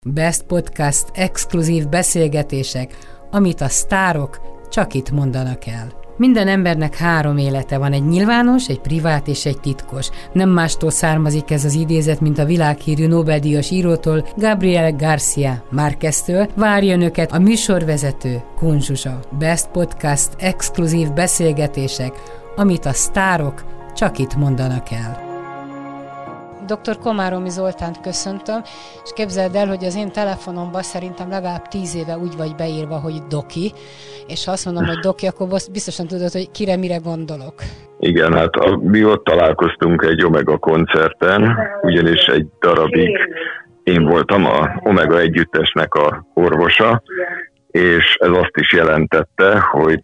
Best Podcast exkluzív beszélgetések, amit a sztárok csak itt mondanak el. Minden embernek 3 élete van, egy nyilvános, egy privát és egy titkos. Nem mástól származik ez az idézet, mint a világhírű Nobel-díjas írótól, Gabriel García Márqueztől. Várja önöket a műsorvezető, Kun Zsuzsa. Best Podcast exkluzív beszélgetések, amit a sztárok csak itt mondanak el. Dr. Komáromi Zoltánt köszöntöm, és képzeld el, hogy az én telefonomban szerintem legalább 10 éve úgy vagy beírva, hogy Doki, és ha azt mondom, hogy Doki, akkor biztosan tudod, hogy kire, mire gondolok. Igen, hát mi ott találkoztunk egy Omega koncerten, ugyanis egy darabig én voltam a Omega együttesnek a orvosa, és ez azt is jelentette, hogy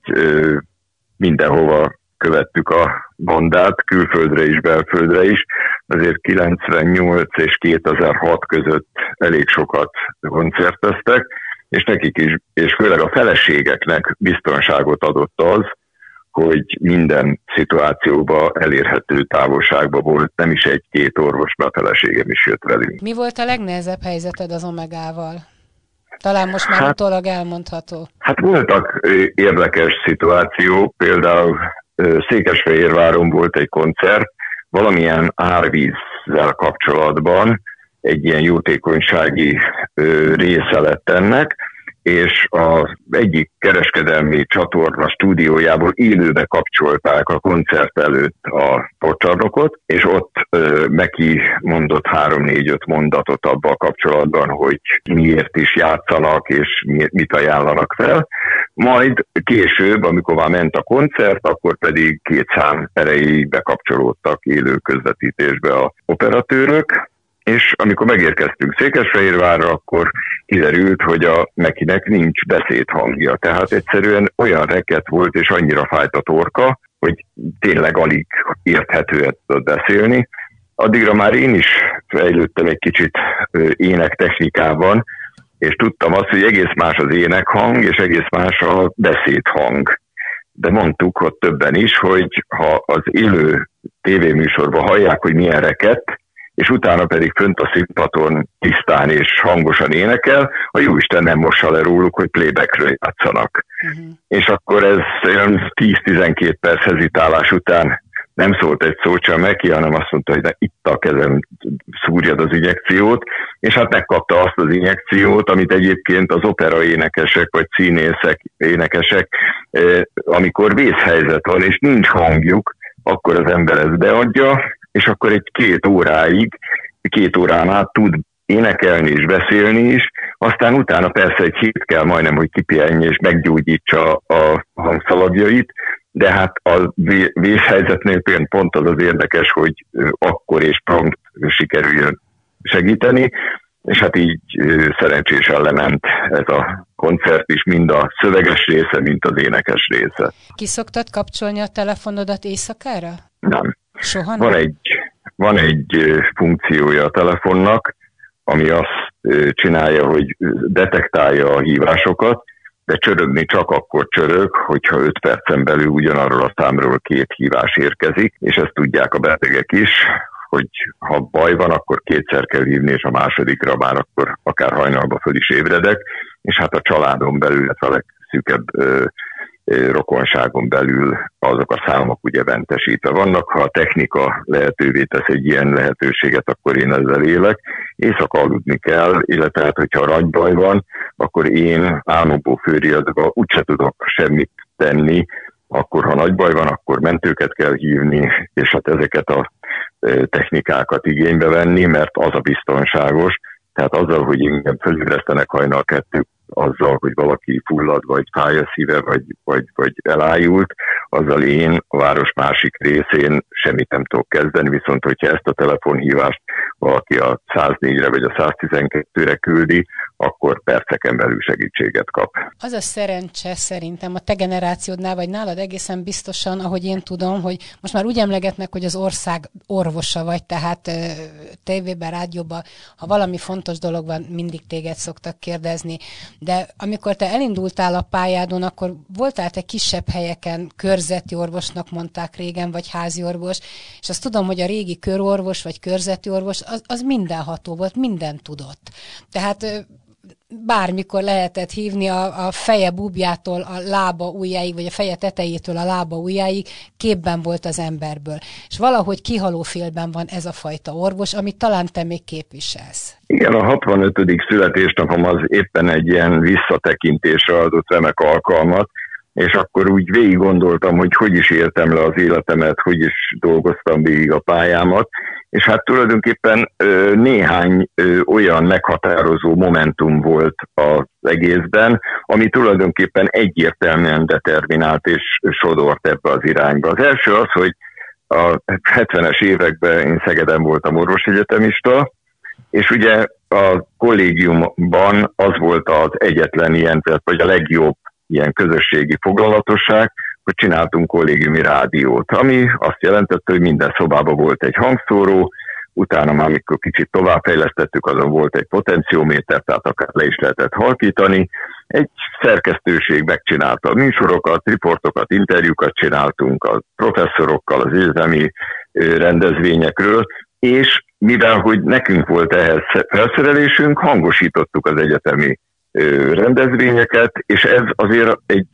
mindenhova követtük a bandát, külföldre is, belföldre is, azért 98 és 2006 között elég sokat koncerteztek, és nekik is, és főleg a feleségeknek biztonságot adott az, hogy minden szituációban elérhető távolságban volt, nem is 1-2 orvos, mert a feleségem is jött velünk. Mi volt a legnehezebb helyzeted az Omegával? Talán most már utólag elmondható. Hát voltak érdekes szituációk, például Székesfehérváron volt egy koncert, valamilyen árvízzel kapcsolatban egy ilyen jótékonysági része lett ennek, és az egyik kereskedelmi csatorna stúdiójából élőbe kapcsolták a koncert előtt a sportcsarnokot, és ott Meki mondott 3-4-5 mondatot abban a kapcsolatban, hogy miért is játszanak, és mit ajánlanak fel. Majd később, amikor már ment a koncert, akkor pedig 2 szám erejéig bekapcsolódtak élő közvetítésbe a operatőrök, és amikor megérkeztünk Székesfehérvárra, akkor kiderült, hogy a Mekinek nincs beszédhangja. Tehát egyszerűen olyan reket volt, és annyira fájt a torka, hogy tényleg alig érthetően tudott beszélni. Addigra már én is fejlődtem egy kicsit énektechnikában, és tudtam azt, hogy egész más az énekhang, és egész más a beszédhang. De mondtuk ott többen is, hogy ha az élő tévéműsorban hallják, hogy milyen reket, és utána pedig fönt a színpadon tisztán és hangosan énekel, a jóisten nem mossa le róluk, hogy playbackről játszanak. És akkor ez 10-12 perc hezitálás után nem szólt egy szót sem neki, hanem azt mondta, hogy itt a kezem, szúrjad az injekciót, és hát megkapta azt az injekciót, amit egyébként az opera énekesek, vagy színészek, énekesek, amikor vészhelyzet van, és nincs hangjuk, akkor az ember ezt beadja, és akkor egy 2 órán át tud énekelni és beszélni is, aztán utána persze egy hét kell majdnem, hogy kipihenje és meggyógyítsa a hangszalagjait, de hát a vészhelyzetnél pont az az érdekes, hogy akkor és prompt sikerüljön segíteni, és hát így szerencsésen lement ez a koncert is, mind a szöveges része, mind az énekes része. Ki szoktad kapcsolni a telefonodat éjszakára? Nem. Soha nem? Van egy funkciója a telefonnak, ami azt csinálja, hogy detektálja a hívásokat, de csörögni csak akkor csörög, hogyha 5 percen belül ugyanarról a számról 2 hívás érkezik, és ezt tudják a betegek is, hogy ha baj van, akkor 2-szer kell hívni, és a másodikra már akkor akár hajnalba föl is ébredek, és hát a családon belül, illetve a legszűkebb rokonságon belül azok a számok ugye mentesítve vannak. Ha a technika lehetővé tesz egy ilyen lehetőséget, akkor én ezzel élek. Éjszaka aludni kell, illetve hát, hogyha nagy baj van, akkor én álmomból főriadva úgyse tudok semmit tenni, akkor ha nagy baj van, akkor mentőket kell hívni, és hát ezeket a technikákat igénybe venni, mert az a biztonságos. Tehát azzal, hogy engem fölébresztenek hajnal 2, azzal, hogy valaki fullad, vagy fáj a szíve, vagy elájult, azzal én a város másik részén semmit nem tudok kezdeni, viszont hogyha ezt a telefonhívást valaki a 104-re vagy a 112-re küldi, akkor perceken belül segítséget kap. Az a szerencse szerintem a te generációdnál, vagy nálad egészen biztosan, ahogy én tudom, hogy most már úgy emlegetnek, hogy az ország orvosa vagy, tehát tévében, rádióban, ha valami fontos dolog van, mindig téged szoktak kérdezni. De amikor te elindultál a pályádon, akkor voltál te kisebb helyeken, körzeti orvosnak mondták régen, vagy házi orvos, és azt tudom, hogy a régi körorvos, vagy körzeti orvos, az mindenható volt, mindent tudott. Tehát bármikor lehetett hívni a feje búbjától a lába ujjáig, vagy a feje tetejétől a lába ujjáig, képben volt az emberből. És valahogy kihalófélben van ez a fajta orvos, amit talán te még képviselsz. Igen, a 65. születésnapom az éppen egy ilyen visszatekintésre adott remek alkalmat, és akkor úgy végig gondoltam, hogy is éltem le az életemet, hogy is dolgoztam végig a pályámat, és hát tulajdonképpen néhány olyan meghatározó momentum volt az egészben, ami tulajdonképpen egyértelműen determinált és sodort ebbe az irányba. Az első az, hogy a 70-es években én Szegeden voltam orvosegyetemista, és ugye a kollégiumban az volt az egyetlen ilyen, vagy a legjobb ilyen közösségi foglalatosság, hogy csináltunk kollégiumi rádiót, ami azt jelentette, hogy minden szobában volt egy hangszóró, utána már amikor kicsit továbbfejlesztettük, azon volt egy potenciométer, tehát akár le is lehetett halkítani. Egy szerkesztőség megcsinálta a műsorokat, riportokat, interjúkat csináltunk a professzorokkal, az egyetemi rendezvényekről, és mivel hogy nekünk volt ehhez felszerelésünk, hangosítottuk az egyetemi rendezvényeket, és ez azért egy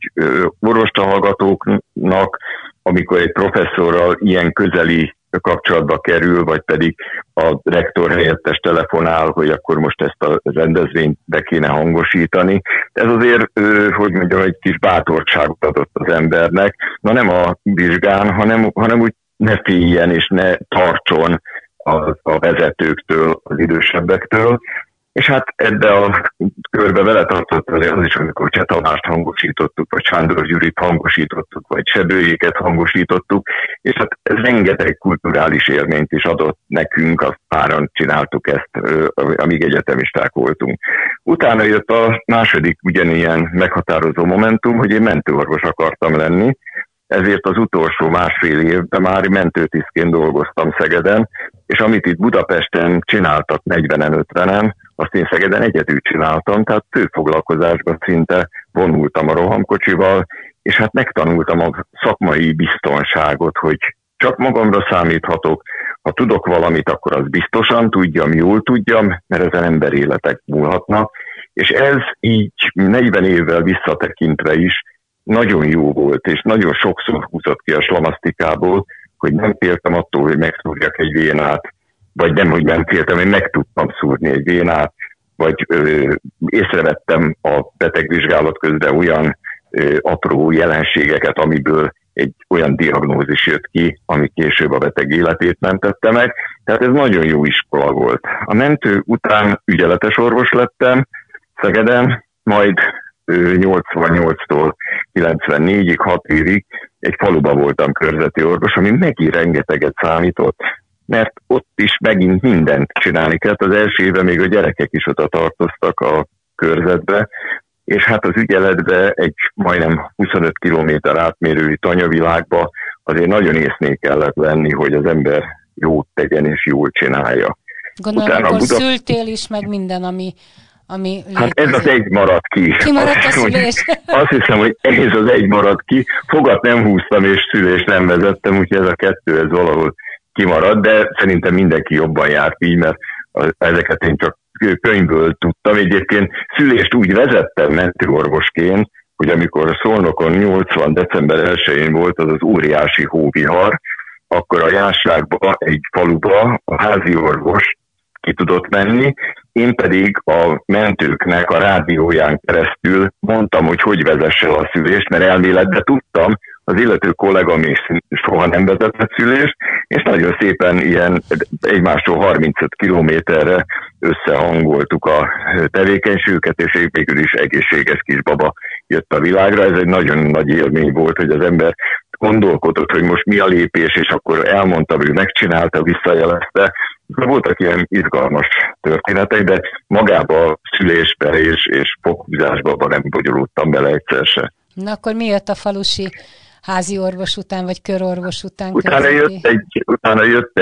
orvostahallgatóknak, amikor egy professzorral ilyen közeli kapcsolatba kerül, vagy pedig a rektor helyettes telefonál, hogy akkor most ezt a rendezvényt be kéne hangosítani. Ez azért, hogy mondjam, egy kis bátorságot adott az embernek, na nem a vizsgán, hanem úgy ne féljen és ne tartson a vezetőktől, az idősebbektől. És hát ebbe a körbe vele tartott az is, amikor Cseh Tamást hangosítottuk, vagy Sándor Gyurit hangosítottuk, vagy Sebőjéket hangosítottuk, és hát ez rengeteg kulturális élményt is adott nekünk, azt páran csináltuk ezt, amíg egyetemisták voltunk. Utána jött a második ugyanilyen meghatározó momentum, hogy én mentőorvos akartam lenni, ezért az utolsó másfél évben már mentőtisztként dolgoztam Szegeden, és amit itt Budapesten csináltak 40-50-en, azt én Szegeden egyedül csináltam, tehát főfoglalkozásban szinte vonultam a rohamkocsival, és hát megtanultam a szakmai biztonságot, hogy csak magamra számíthatok, ha tudok valamit, akkor az biztosan tudjam, jól tudjam, mert ezen emberéletek múlhatnak, és ez így 40 évvel visszatekintve is nagyon jó volt, és nagyon sokszor húzott ki a slamasztikából, hogy nem féltem attól, hogy megszúrjak egy vénát, vagy nem, hogy nem féltem, hogy meg tudtam szúrni egy vénát, vagy észrevettem a betegvizsgálat közben olyan apró jelenségeket, amiből egy olyan diagnózis jött ki, ami később a beteg életét mentette meg. Tehát ez nagyon jó iskola volt. A mentő után ügyeletes orvos lettem Szegeden, majd 88-tól 94-ig, 6 évig egy faluba voltam körzeti orvos, ami megint rengeteget számított, mert ott is megint mindent csinálni kellett. Az első évben még a gyerekek is oda tartoztak a körzetbe, és hát az ügyeletbe egy majdnem 25 kilométer átmérői tanyavilágba azért nagyon észnél kellett lenni, hogy az ember jót tegyen és jól csinálja. Gondolom, akkor szültél is, meg minden, ami hát ez az egy maradt ki. Kimaradt a szülés. Azt hiszem, hogy ez az egy maradt ki. Fogat nem húztam, és szülést nem vezettem, úgyhogy ez a kettő, ez valahol kimaradt, de szerintem mindenki jobban járt így, mert ezeket én csak könyvből tudtam. Egyébként szülést úgy vezettem mentőorvosként, hogy amikor Szolnokon 80. december 1-én volt az óriási hóvihar, akkor a Jászságba, egy faluba a házi orvos ki tudott menni, én pedig a mentőknek a rádióján keresztül mondtam, hogy vezesse a szülést, mert elméletben tudtam, az illető kollega még soha nem vezetett szülést, és nagyon szépen ilyen egymástól 35 kilométerre összehangoltuk a tevékenységüket, és végül is egészséges kisbaba jött a világra. Ez egy nagyon nagy élmény volt, hogy az ember gondolkodott, hogy most mi a lépés, és akkor elmondta, ő megcsinálta, visszajelezte. Voltak ilyen izgalmas történetek, de magába a szülésbe és foghúzásba nem bogyolódtam bele egyszer se. Na akkor mi jött a falusi házi orvos után, vagy körorvos után? Utána jött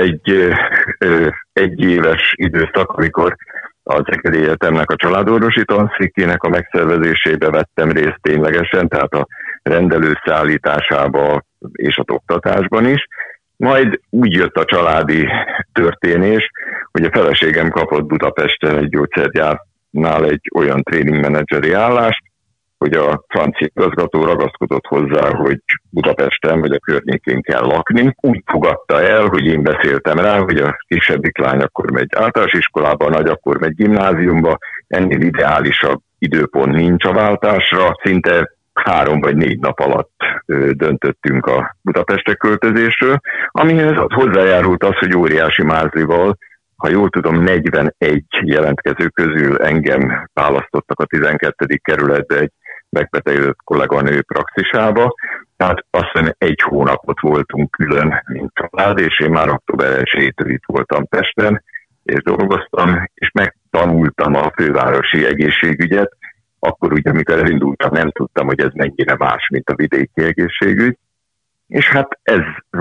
egy éves időszak, amikor az Szegedi Egyetemnek a családorvosi tanszékének a megszervezésébe vettem részt ténylegesen, tehát a rendelő szállításába és az oktatásban is. Majd úgy jött a családi történés, hogy a feleségem kapott Budapesten egy gyógyszergyárnál egy olyan tréningmenedzseri állást, hogy a francia igazgató ragaszkodott hozzá, hogy Budapesten vagy a környékén kell lakni. Úgy fogadta el, hogy én beszéltem rá, hogy a kisebbik lány akkor megy általános iskolába, a nagy akkor megy gimnáziumba, ennél ideálisabb időpont nincs a váltásra, szinte 3 vagy 4 nap alatt döntöttünk a Budapestre költözésről, amihez hozzájárult az, hogy óriási mázlival, ha jól tudom, 41 jelentkező közül engem választottak a 12. kerületbe egy megbetegedett kolléganő praxisába, tehát azt hiszem 1 hónapot voltunk külön, mint család, és én már október 1-től itt voltam Pesten, és dolgoztam, és megtanultam a fővárosi egészségügyet. Akkor ugye, amikor elindultam, nem tudtam, hogy ez mennyire más, mint a vidéki egészségügy. És hát ez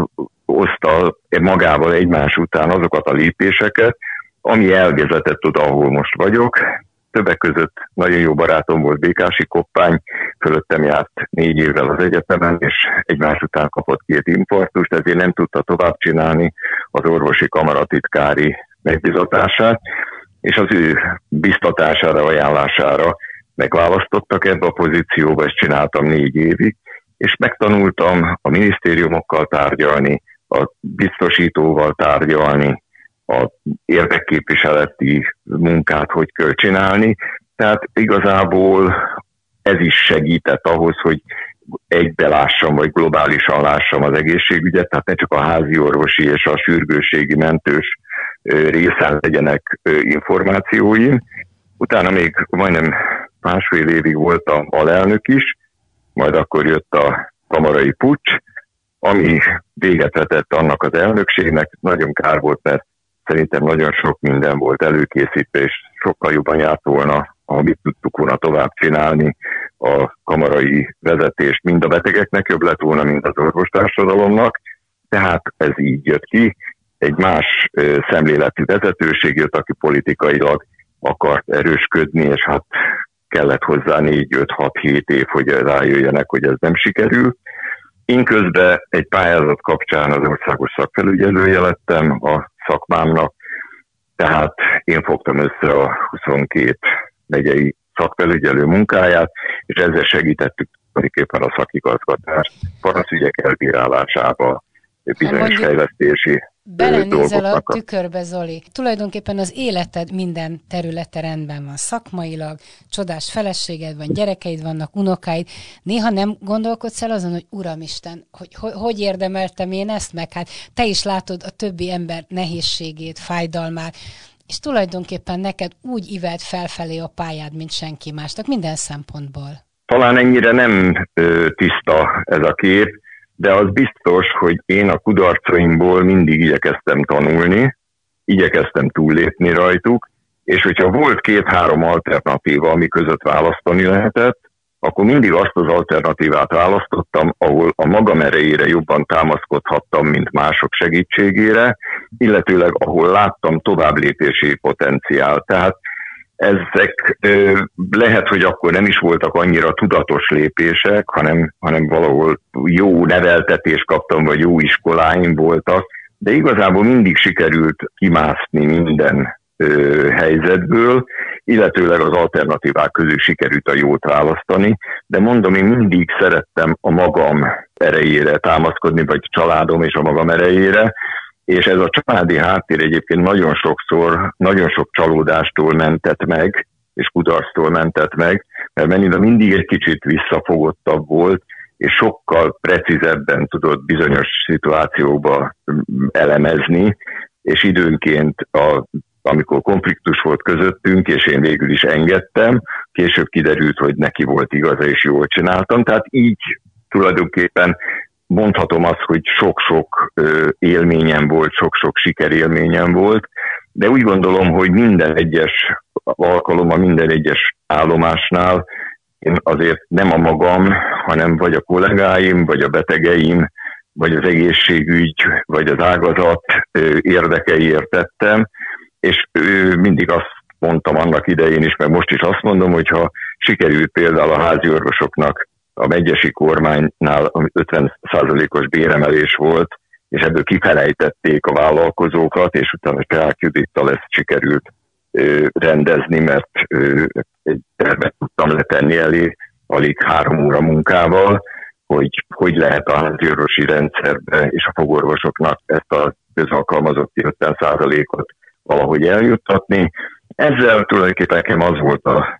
hozta magával egymás után azokat a lépéseket, ami elvezetett oda, ahol most vagyok. Többek között nagyon jó barátom volt Békási Koppány, fölöttem járt 4 évvel az egyetemen, és egymás után kapott 2 infarktust, ezért nem tudta tovább csinálni az orvosi kamaratitkári megbizatását, és az ő biztatására, ajánlására megválasztottak ebbe a pozícióba, ezt csináltam 4 évig, és megtanultam a minisztériumokkal tárgyalni, a biztosítóval tárgyalni, a érdekképviseleti munkát hogy kell csinálni. Tehát igazából ez is segített ahhoz, hogy egybelássam, vagy globálisan lássam az egészségügyet, tehát ne csak a házi orvosi és a sürgősségi mentős részen legyenek információim. Utána még majdnem 1,5 évig voltam alelnök is, majd akkor jött a kamarai puccs, ami véget vetett annak az elnökségnek. Nagyon kár volt, mert szerintem nagyon sok minden volt előkészítve, és sokkal jobban járt volna, ha mit tudtuk volna tovább csinálni a kamarai vezetést. Mind a betegeknek jobb lett volna, mint az orvostársadalomnak. Tehát ez így jött ki. Egy más szemléletű vezetőség jött, aki politikailag akart erősködni, és hát kellett hozzá 4-5-6-7 év, hogy rájöjjenek, hogy ez nem sikerül. Én közben egy pályázat kapcsán az országos szakfelügyelője lettem a szakmámnak, tehát én fogtam össze a 22 megyei szakfelügyelő munkáját, és ezzel segítettük tulajdonképpen a szakigazgatást panaszügyek elbírálásába, bizonyos fejlesztési belenézel a tükörbe, Zoli. Tulajdonképpen az életed minden területe rendben van. Szakmailag, csodás feleséged van, gyerekeid vannak, unokáid. Néha nem gondolkodsz el azon, hogy Uramisten, hogy érdemeltem én ezt meg? Hát te is látod a többi ember nehézségét, fájdalmát, és tulajdonképpen neked úgy ivelt felfelé a pályád, mint senki másnak, minden szempontból. Talán ennyire nem tiszta ez a kép, de az biztos, hogy én a kudarcaimból mindig igyekeztem tanulni, igyekeztem túllépni rajtuk, és hogyha volt 2-3 alternatíva, ami között választani lehetett, akkor mindig azt az alternatívát választottam, ahol a magam erejére jobban támaszkodhattam, mint mások segítségére, illetőleg ahol láttam továbblépési potenciált. Tehát ezek lehet, hogy akkor nem is voltak annyira tudatos lépések, hanem valahol jó neveltetést kaptam, vagy jó iskoláim voltak, de igazából mindig sikerült kimászni minden helyzetből, illetőleg az alternatívák közül sikerült a jót választani, de mondom, én mindig szerettem a magam erejére támaszkodni, vagy a családom és a magam erejére, és ez a családi háttér egyébként nagyon sokszor, nagyon sok csalódástól mentett meg, és kudarctól mentett meg, mert Melinda mindig egy kicsit visszafogottabb volt, és sokkal precízebben tudott bizonyos szituációkba elemezni, és időnként, amikor konfliktus volt közöttünk, és én végül is engedtem, később kiderült, hogy neki volt igaza, és jól csináltam. Tehát így tulajdonképpen mondhatom azt, hogy sok-sok élményem volt, sok-sok sikerélményem volt, de úgy gondolom, hogy minden egyes alkalommal, minden egyes állomásnál én azért nem a magam, hanem vagy a kollégáim, vagy a betegeim, vagy az egészségügy, vagy az ágazat érdekeiért tettem, és mindig azt mondtam annak idején is, meg most is azt mondom, hogyha sikerült például a házi orvosoknak a megyesi kormánynál 50%-os béremelés volt, és ebből kifelejtették a vállalkozókat, és utána Peák Judittal ezt sikerült rendezni, mert egy tervet tudtam letenni elé, alig 3 óra munkával, hogy lehet a háziorvosi rendszerbe és a fogorvosoknak ezt a közalkalmazotti 50%-ot valahogy eljuttatni. Ezzel tulajdonképpen nekem az volt a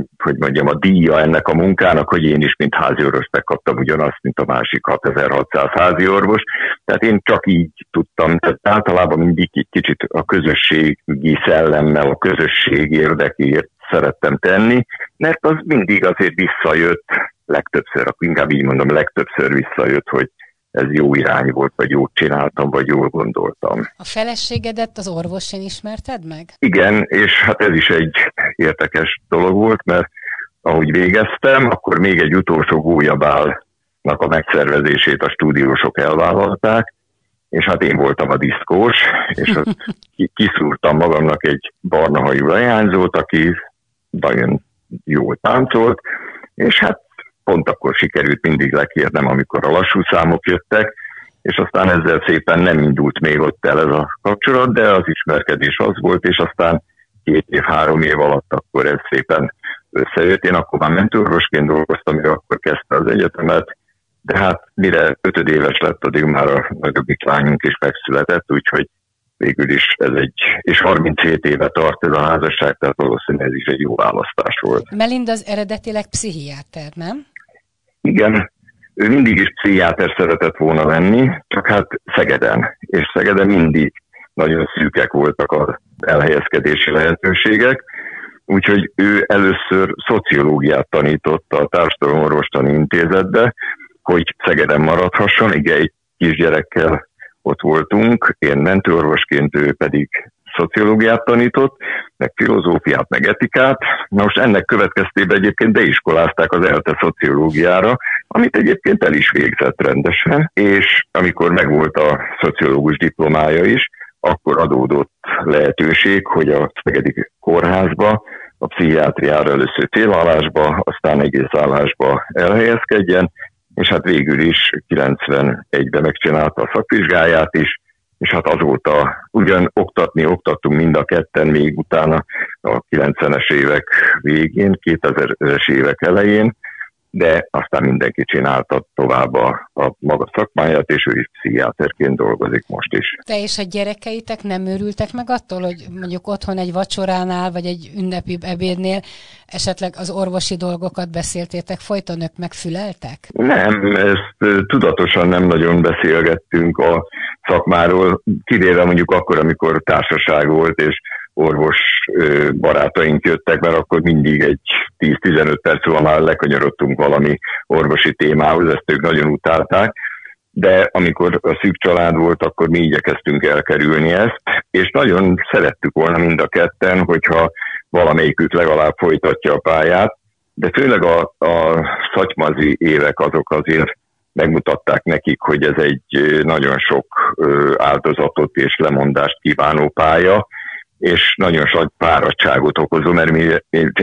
díja ennek a munkának, hogy én is, mint háziorvos megkaptam ugyanazt, mint a másik 6600 háziorvos. Tehát én csak így tudtam, tehát általában mindig egy kicsit a közösségi szellemmel, a közösség érdekéért szerettem tenni, mert az mindig azért visszajött, legtöbbször, inkább így mondom, legtöbbször visszajött, hogy ez jó irány volt, vagy jót csináltam, vagy jól gondoltam. A feleségedet az orvosén ismerted meg? Igen, és hát ez is egy érdekes dolog volt, mert ahogy végeztem, akkor még egy utolsó gólyabálnak a megszervezését a stúdiósok elvállalták, és hát én voltam a diszkós, és kiszúrtam magamnak egy barna hajú leányzót, aki nagyon jól táncolt, és hát pont akkor sikerült mindig lekérnem, amikor a lassú számok jöttek, és aztán ezzel szépen nem indult még ott el ez a kapcsolat, de az ismerkedés az volt, és aztán 2 év, 3 év alatt akkor ez szépen összejött. Én akkor már mentőorvosként dolgoztam, ő akkor kezdte az egyetemet, de hát mire 5 éves lett, addig már a nagyobbik lányunk is megszületett, úgyhogy végül is és 37 éve tart ez a házasság, tehát valószínűleg ez is egy jó választás volt. Melinda az eredetileg pszichiáter, nem? Igen, ő mindig is pszichiáter szeretett volna lenni, csak hát Szegeden, és Szegeden mindig nagyon szűkek voltak az elhelyezkedési lehetőségek, úgyhogy ő először szociológiát tanított a Társadalomorvostani Intézetbe, hogy Szegeden maradhasson, igen, egy kisgyerekkel ott voltunk, én mentőorvosként, ő pedig szociológiát tanított, meg filozófiát, meg etikát. Na most ennek következtében egyébként beiskolázták az ELTE szociológiára, amit egyébként el is végzett rendesen, és amikor megvolt a szociológus diplomája is, akkor adódott lehetőség, hogy a Szegedi Kórházba, a pszichiátriára először félállásba, aztán egész állásba elhelyezkedjen, és hát végül is 91-ben megcsinálta a szakvizsgáját is, és hát azóta ugyan oktattunk mind a ketten még utána a 90-es évek végén, 2000-es évek elején, de aztán mindenki csinálta tovább a maga szakmáját, és ő is pszichiáterként dolgozik most is. Te és a gyerekeitek nem őrültek meg attól, hogy mondjuk otthon egy vacsoránál, vagy egy ünnepi ebédnél esetleg az orvosi dolgokat beszéltétek, folyton ők megfüleltek? Nem, ezt tudatosan nem nagyon beszélgettünk a szakmáról, kivéve mondjuk akkor, amikor társaság volt, és orvos barátaink jöttek, mert akkor mindig egy 10-15 perc múlva már lekanyarodtunk valami orvosi témához, ezt ők nagyon utálták, de amikor a szűk család volt, akkor mi igyekeztünk elkerülni ezt, és nagyon szerettük volna mind a ketten, hogyha valamelyikük legalább folytatja a pályát, de főleg a szatymazi évek azok azért megmutatták nekik, hogy ez egy nagyon sok áldozatot és lemondást kívánó pálya, és nagyon sok fáradtságot okozó, mert mi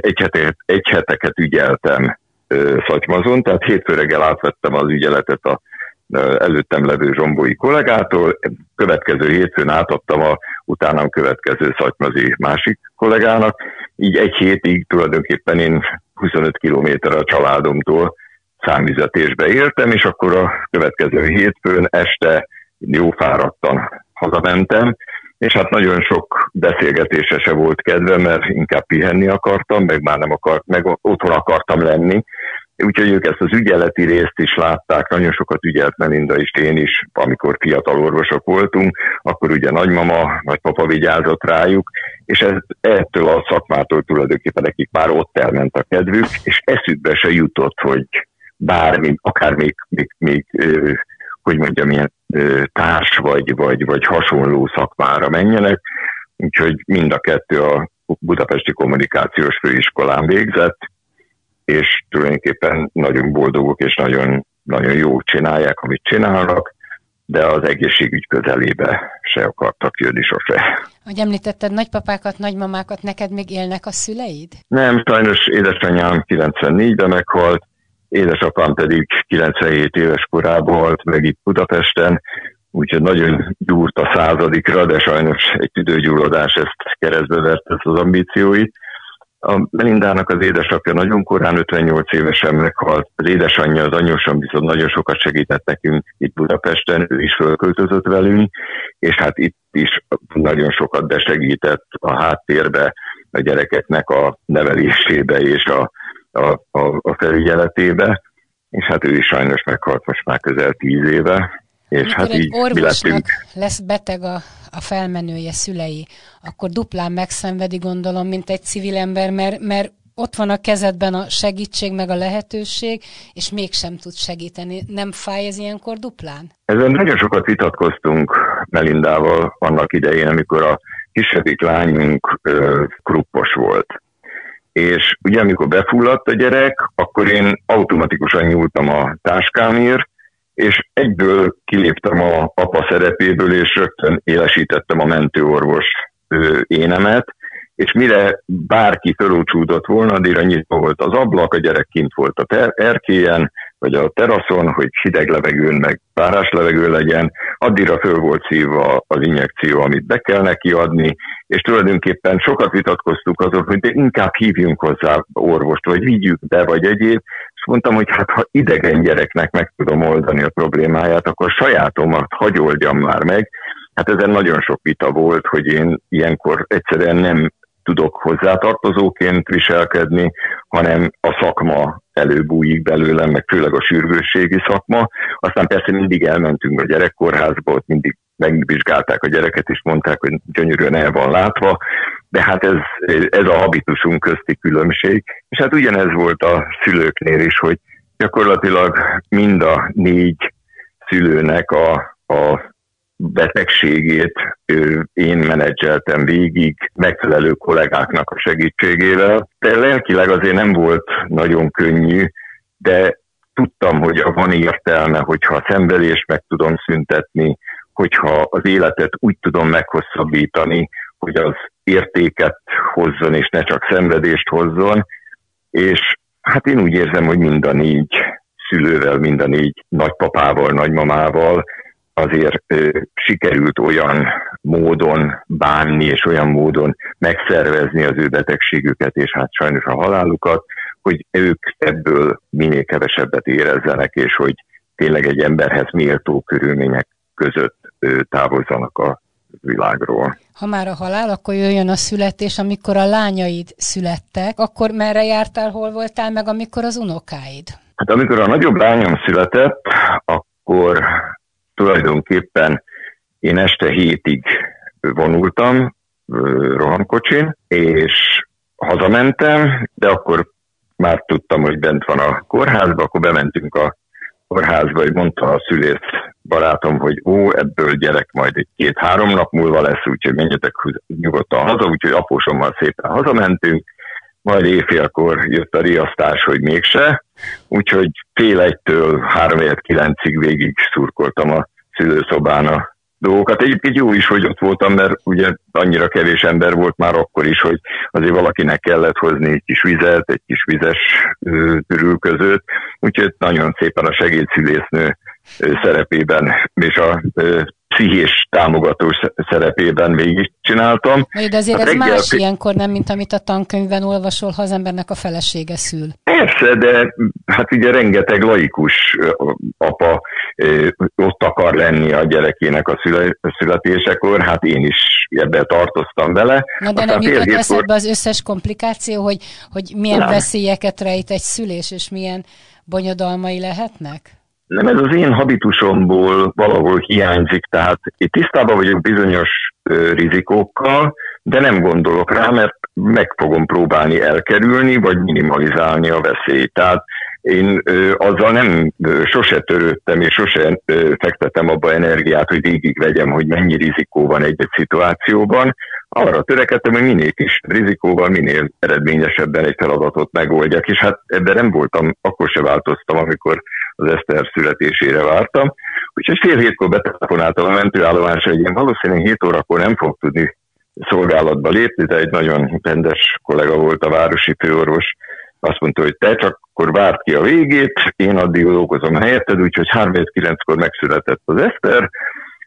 egy heteket ügyeltem Szatymazon, tehát hétfő reggel átvettem az ügyeletet a előttem levő zsombói kollégától, következő hétfőn átadtam a utánam következő szatymazi másik kollégának, így egy hétig tulajdonképpen én 25 kilométerre a családomtól számüzetésbe értem, és akkor a következő hétfőn este jó fáradtan hazamentem, és hát nagyon sok beszélgetése se volt kedve, mert inkább pihenni akartam, meg otthon akartam lenni. Úgyhogy ők ezt az ügyeleti részt is látták, nagyon sokat ügyelt Melinda is, én is, amikor fiatal orvosok voltunk, akkor ugye nagymama, nagypapa vigyázott rájuk, és ettől a szakmától tulajdonképpen nekik már ott elment a kedvük, és eszükbe se jutott, hogy bármi, akár még hogy mondjam, ilyen társ vagy hasonló szakmára menjenek, úgyhogy mind a kettő a Budapesti Kommunikációs Főiskolán végzett, és tulajdonképpen nagyon boldogok és nagyon, nagyon jó csinálják, amit csinálnak, de az egészségügy közelébe se akartak jönni sose. Ahogy említetted, nagypapákat, nagymamákat, neked még élnek a szüleid? Nem, sajnos édesanyám 94-ben meghalt, édesapám pedig 97 éves korában halt meg itt Budapesten, úgyhogy nagyon gyúrt a 100-ra, de sajnos egy tüdőgyulladás ezt keresztbe verte az ambícióit. A Melindának az édesapja nagyon korán, 58 évesen meghalt. Az édesanyja, az anyósom viszont nagyon sokat segített nekünk itt Budapesten, ő is fölköltözött velünk, és hát itt is nagyon sokat besegített a háttérbe, a gyerekeknek a nevelésébe és a felügyeletébe, és hát ő is sajnos meghalt most már közel 10 éve. És amikor hát egy így orvosnak lesz beteg a felmenője, szülei, akkor duplán megszenvedi, gondolom, mint egy civil ember, mert ott van a kezedben a segítség, meg a lehetőség, és mégsem tud segíteni. Nem fáj ez ilyenkor duplán? Ezen nagyon sokat vitatkoztunk Melindával annak idején, amikor a kisebbik lányunk kruppos volt. És ugye amikor befulladt a gyerek, akkor én automatikusan nyúltam a táskámért, és egyből kiléptem a apa szerepéből, és rögtön élesítettem a mentőorvos énemet, és mire bárki fölúcsúdott volna, addigra nyitva volt az ablak, a gyerek kint volt a erkélyen, vagy a teraszon, hogy hideg levegőn, meg párás levegő legyen, addigra föl volt szívva az injekció, amit be kell neki adni, és tulajdonképpen sokat vitatkoztuk azon, hogy de inkább hívjunk hozzá orvost, vagy vigyük be, vagy egyéb, és mondtam, hogy hát ha idegen gyereknek meg tudom oldani a problémáját, akkor sajátomat hagy oldjam már meg. Hát ezen nagyon sok vita volt, hogy én ilyenkor egyszerűen nem tudok hozzátartozóként viselkedni, hanem a szakma előbújik belőlem, meg főleg a sürgősségi szakma. Aztán persze mindig elmentünk a gyerekkórházba, ott mindig megvizsgálták a gyereket, és mondták, hogy gyönyörűen el van látva, de hát ez a habitusunk közti különbség. És hát ugyanez volt a szülőknél is, hogy gyakorlatilag mind a 4 szülőnek a betegségét én menedzseltem végig, megfelelő kollégáknak a segítségével. De lelkileg azért nem volt nagyon könnyű, de tudtam, hogy van értelme, hogyha a szenvedést meg tudom szüntetni, hogyha az életet úgy tudom meghosszabbítani, hogy az értéket hozzon, és ne csak szenvedést hozzon. És hát én úgy érzem, hogy mind a 4 szülővel, mind a 4 nagypapával, nagymamával azért sikerült olyan módon bánni, és olyan módon megszervezni az ő betegségüket, és hát sajnos a halálukat, hogy ők ebből minél kevesebbet érezzenek, és hogy tényleg egy emberhez méltó körülmények között távozzanak a világról. Ha már a halál, akkor jöjjön a születés, amikor a lányaid születtek, akkor merre jártál, hol voltál, meg amikor az unokáid? Hát amikor a nagyobb lányom született, akkor tulajdonképpen én este 7-ig vonultam rohamkocsin, és hazamentem, de akkor már tudtam, hogy bent van a kórházba, akkor bementünk a kórházba, hogy mondta a szülész barátom, hogy ebből gyerek majd egy 2-3 nap múlva lesz, úgyhogy menjetek nyugodtan haza, úgyhogy apósommal szépen hazamentünk, majd éjfélkor jött a riasztás, hogy mégse, úgyhogy fél 1-től 3-9-ig végig szurkoltam a szülőszobán a dolgokat. Egyébként jó is, hogy ott voltam, mert ugye annyira kevés ember volt már akkor is, hogy azért valakinek kellett hozni egy kis vizet, egy kis vizes törülközőt, úgyhogy nagyon szépen a segédszülésznő szerepében és a pszichés támogató szerepében végig csináltam. De azért ez más ilyenkor nem, mint amit a tankönyvben olvasol, ha az embernek a felesége szül. Persze, de hát ugye rengeteg laikus apa ott akar lenni a gyerekének a születésekor, hát én is ebben tartoztam vele. Na de nem jutott eszedbe az összes komplikáció, hogy milyen veszélyeket rejt egy szülés, és milyen bonyodalmai lehetnek? Nem, ez az én habitusomból valahol hiányzik, tehát itt tisztában vagyok bizonyos rizikókkal, de nem gondolok rá, mert meg fogom próbálni elkerülni, vagy minimalizálni a veszélyt. Tehát én azzal nem sose törődtem, és sose fektetem abba energiát, hogy végigvegyem, hogy mennyi rizikó van egy-egy szituációban. Arra törekedtem, hogy minél kis rizikóval, minél eredményesebben egy feladatot megoldjak, és hát ebben nem voltam, akkor se változtam, amikor az Eszter születésére vártam. Úgyhogy fél 7-kor betelefonáltam a mentőállomásra, hogy én valószínűleg 7 órakor nem fog tudni szolgálatba lépni, de egy nagyon rendes kollega volt, a városi főorvos, azt mondta, hogy te csak akkor várd ki a végét, én addig dolgozom helyetted, úgyhogy 3-9-kor megszületett az Eszter,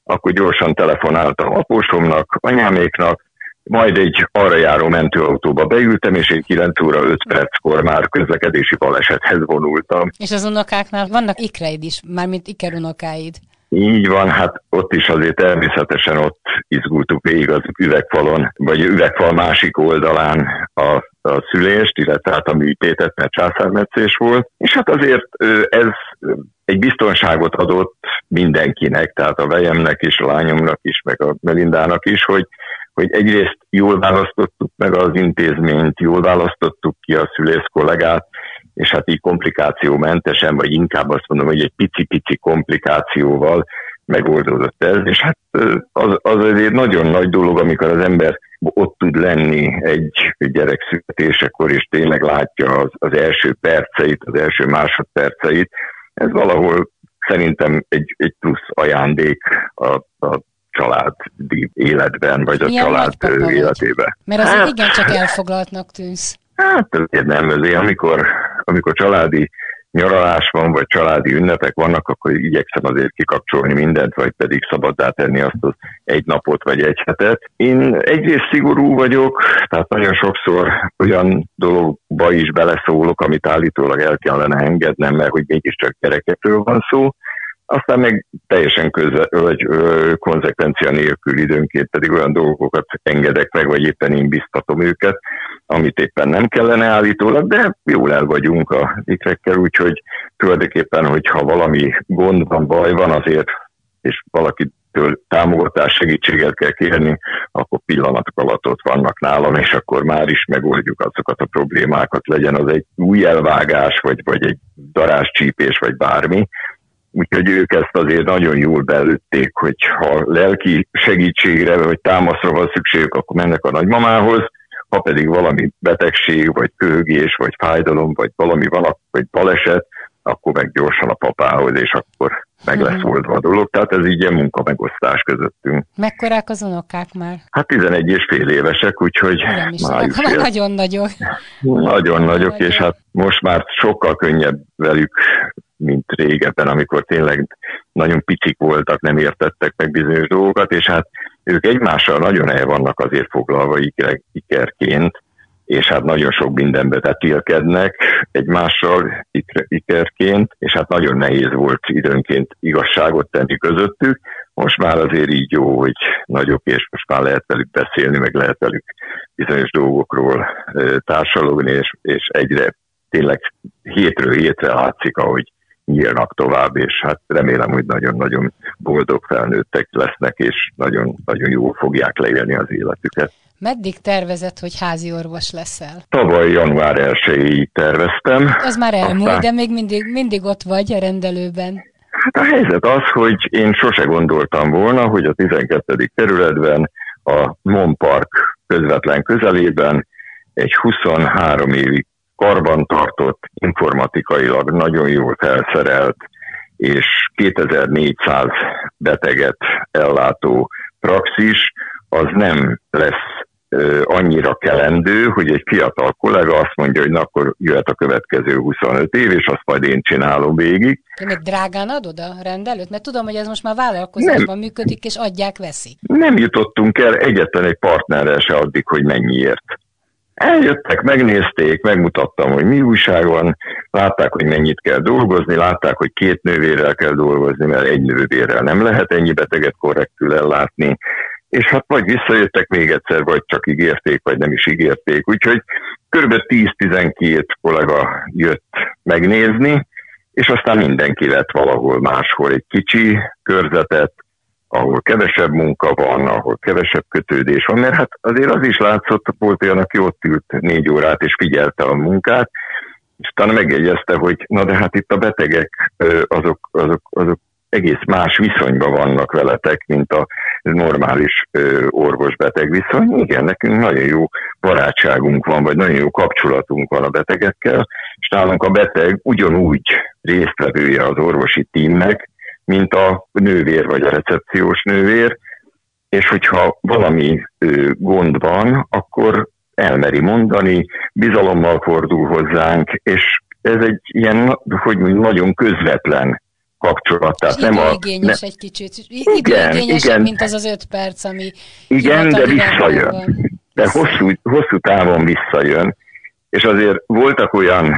akkor gyorsan telefonáltam apósomnak, anyáméknak, majd egy arra járó mentőautóba beültem, és egy 9 óra 5 perckor már közlekedési balesethez vonultam. És az unokáknál vannak ikreid is, mármint ikerunokáid. Így van, hát ott is azért természetesen ott izgultuk végig az üvegfalon, vagy üvegfal másik oldalán a szülést, illetve hát a műtétet, mert császármetszés volt. És hát azért ez egy biztonságot adott mindenkinek, tehát a vejemnek is, a lányomnak is, meg a Melindának is, hogy egyrészt jól választottuk meg az intézményt, jól választottuk ki a szülész kollégát, és hát így komplikációmentesen, vagy inkább azt mondom, hogy egy pici-pici komplikációval megoldódott ez, és hát az azért nagyon nagy dolog, amikor az ember ott tud lenni egy gyerek születésekor, és tényleg látja az első perceit, az első másodperceit. Ez valahol szerintem egy plusz ajándék a családi életben, vagy milyen a család életében. Mert azért igencsak elfoglaltnak tűnsz. Hát azért nem, azért amikor családi nyaralás van, vagy családi ünnepek vannak, akkor igyekszem azért kikapcsolni mindent, vagy pedig szabaddá tenni azt az egy napot, vagy egy hetet. Én egyrészt szigorú vagyok, tehát nagyon sokszor olyan dologba is beleszólok, amit állítólag el kellene engednem, mert hogy mégiscsak gyerekekről van szó. Aztán meg teljesen konzekvencia nélkül időnként pedig olyan dolgokat engedek meg, vagy éppen én biztatom őket, amit éppen nem kellene állítólag, de jól el vagyunk az ikrekkel, úgyhogy tulajdonképpen, hogyha valami gond van, baj van azért, és valakitől támogatás, segítséget kell kérni, akkor pillanatok alatt ott vannak nálam, és akkor már is megoldjuk azokat a problémákat, legyen az egy új elvágás, vagy egy darázscsípés, vagy bármi. Úgyhogy ők ezt azért nagyon jól belőtték, hogy ha lelki segítségre vagy támaszra van szükségük, akkor mennek a nagymamához, ha pedig valami betegség, vagy köhögés, vagy fájdalom, vagy valami van, vagy baleset, akkor meg gyorsan a papához, és akkor meg lesz oldva a dolog. Tehát ez így ilyen munkamegosztás közöttünk. Mekkorák az unokák már? Hát 11 és fél évesek, úgyhogy már nagyon nagyok. Nagyon nagyok, és hát most már sokkal könnyebb velük, mint régebben, amikor tényleg nagyon picik voltak, nem értettek meg bizonyos dolgokat, és hát ők egymással nagyon el vannak azért foglalva ikerként, és hát nagyon sok mindenbe tetélkednek egymással ikerként, és hát nagyon nehéz volt időnként igazságot tenni közöttük. Most már azért így jó, hogy nagyok, és most már lehet velük beszélni, meg lehet velük bizonyos dolgokról társalogni, és egyre tényleg hétről hétre látszik, ahogy nyílnak tovább, és hát remélem, hogy nagyon-nagyon boldog felnőttek lesznek, és nagyon jól fogják leélni az életüket. Meddig tervezed, hogy házi orvos leszel? Tavaly január 1-ig terveztem. Az már elmúlt, de még mindig ott vagy a rendelőben. Hát a helyzet az, hogy én sose gondoltam volna, hogy a 12. kerületben a Mon Park közvetlen közelében egy 23 évig karbantartott, informatikailag nagyon jól felszerelt és 2400 beteget ellátó praxis, az nem lesz annyira kelendő, hogy egy fiatal kollega azt mondja, hogy na, akkor jöhet a következő 25 év, és azt majd én csinálom végig. De még drágán adod a rendelőt? Mert tudom, hogy ez most már vállalkozásban működik, és adják-veszik. Nem jutottunk el egyetlen egy partnerrel se addig, hogy mennyiért. Eljöttek, megnézték, megmutattam, hogy mi újság van, látták, hogy mennyit kell dolgozni, látták, hogy 2 nővérrel kell dolgozni, mert egy nővérrel nem lehet ennyi beteget korrektül ellátni, és hát vagy visszajöttek még egyszer, vagy csak ígérték, vagy nem is ígérték. Úgyhogy kb. 10-12 kollega jött megnézni, és aztán mindenki vett valahol máshol egy kicsi körzetet, ahol kevesebb munka van, ahol kevesebb kötődés van, mert hát azért az is látszott, volt olyan, aki ott ült 4 órát és figyelte a munkát, és utána megjegyezte, hogy na de hát itt a betegek, azok egész más viszonyban vannak veletek, mint a normális orvos-beteg viszony. Igen, nekünk nagyon jó barátságunk van, vagy nagyon jó kapcsolatunk van a betegekkel, és nálunk a beteg ugyanúgy résztvevője az orvosi tímnek, mint a nővér vagy a recepciós nővér, és hogyha valami gond van, akkor elmeri mondani, bizalommal fordul hozzánk, és ez egy ilyen, hogy mondjam, nagyon közvetlen kapcsolat. Tehát nem időigényes egy kicsit. Időigényesebb, mint az 5 perc, ami... Igen, de visszajön. De hosszú távon visszajön. És azért voltak olyan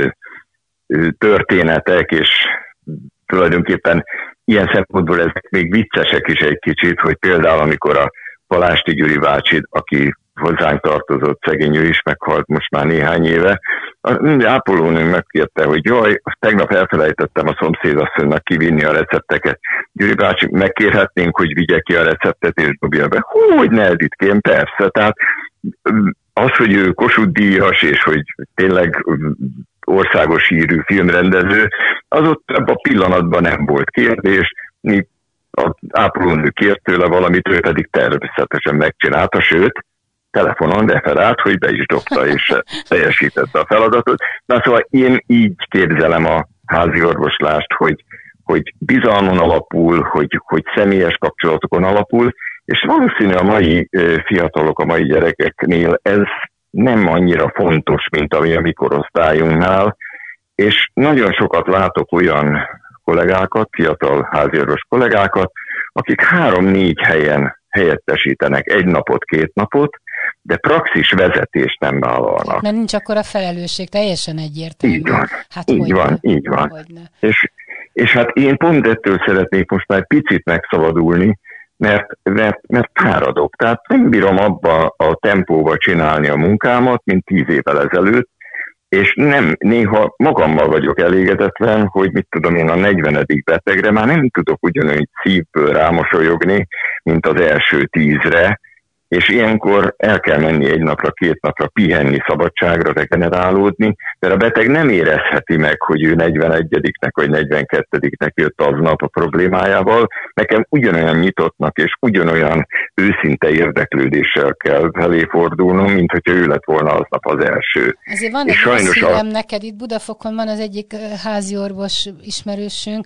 történetek, és tulajdonképpen ilyen szempontból ezek még viccesek is egy kicsit, hogy például amikor a Palásti Gyuri bácsi, aki hozzánk tartozott, szegény, ő is meghalt most már néhány éve, ápolónő megkérte, hogy jaj, tegnap elfelejtettem a szomszédasszonynak kivinni a recepteket. Gyuri bácsi, megkérhetnénk, hogy vigye ki a receptet és dobja be. Hogy ne, Editkém, persze. Tehát az, hogy ő Kossuth díjas, és hogy tényleg országos hírű filmrendező, az ott ebben a pillanatban nem volt kérdés. Az ápolónő kért tőle valamit, ő pedig természetesen megcsinálta, sőt, telefonon referált, hogy be is dobta és teljesítette a feladatot. Na szóval én így képzelem a házi orvoslást, hogy bizalmon alapul, hogy személyes kapcsolatokon alapul, és valószínű a mai fiatalok, a mai gyerekeknél ez nem annyira fontos, mint ami a mi korosztályunknál, és nagyon sokat látok olyan kollégákat, fiatal háziorvos kollégákat, akik 3-4 helyen helyettesítenek 1 napot, 2 napot, de praxis vezetést nem vállalnak. Mert nincs akkor a felelősség, teljesen egyértelmű. Így van, hát így van. És hát én pont ettől szeretnék most már picit megszabadulni, mert fáradok. Tehát nem bírom abba a tempóba csinálni a munkámat, mint 10 évvel ezelőtt, és néha magammal vagyok elégedetlen, hogy mit tudom én, a 40. betegre már nem tudok ugyanúgy szívből rámosolyogni, mint az első 10-re, és ilyenkor el kell menni 1 napra, 2 napra pihenni, szabadságra, regenerálódni, mert a beteg nem érezheti meg, hogy ő 41-nek vagy 42-nek jött aznap a problémájával. Nekem ugyanolyan nyitottnak és ugyanolyan őszinte érdeklődéssel kell felé fordulnom, mint hogyha ő lett volna aznap az első. Azért van egy szívem neked, itt Budafokon van az egyik házi orvos ismerősünk,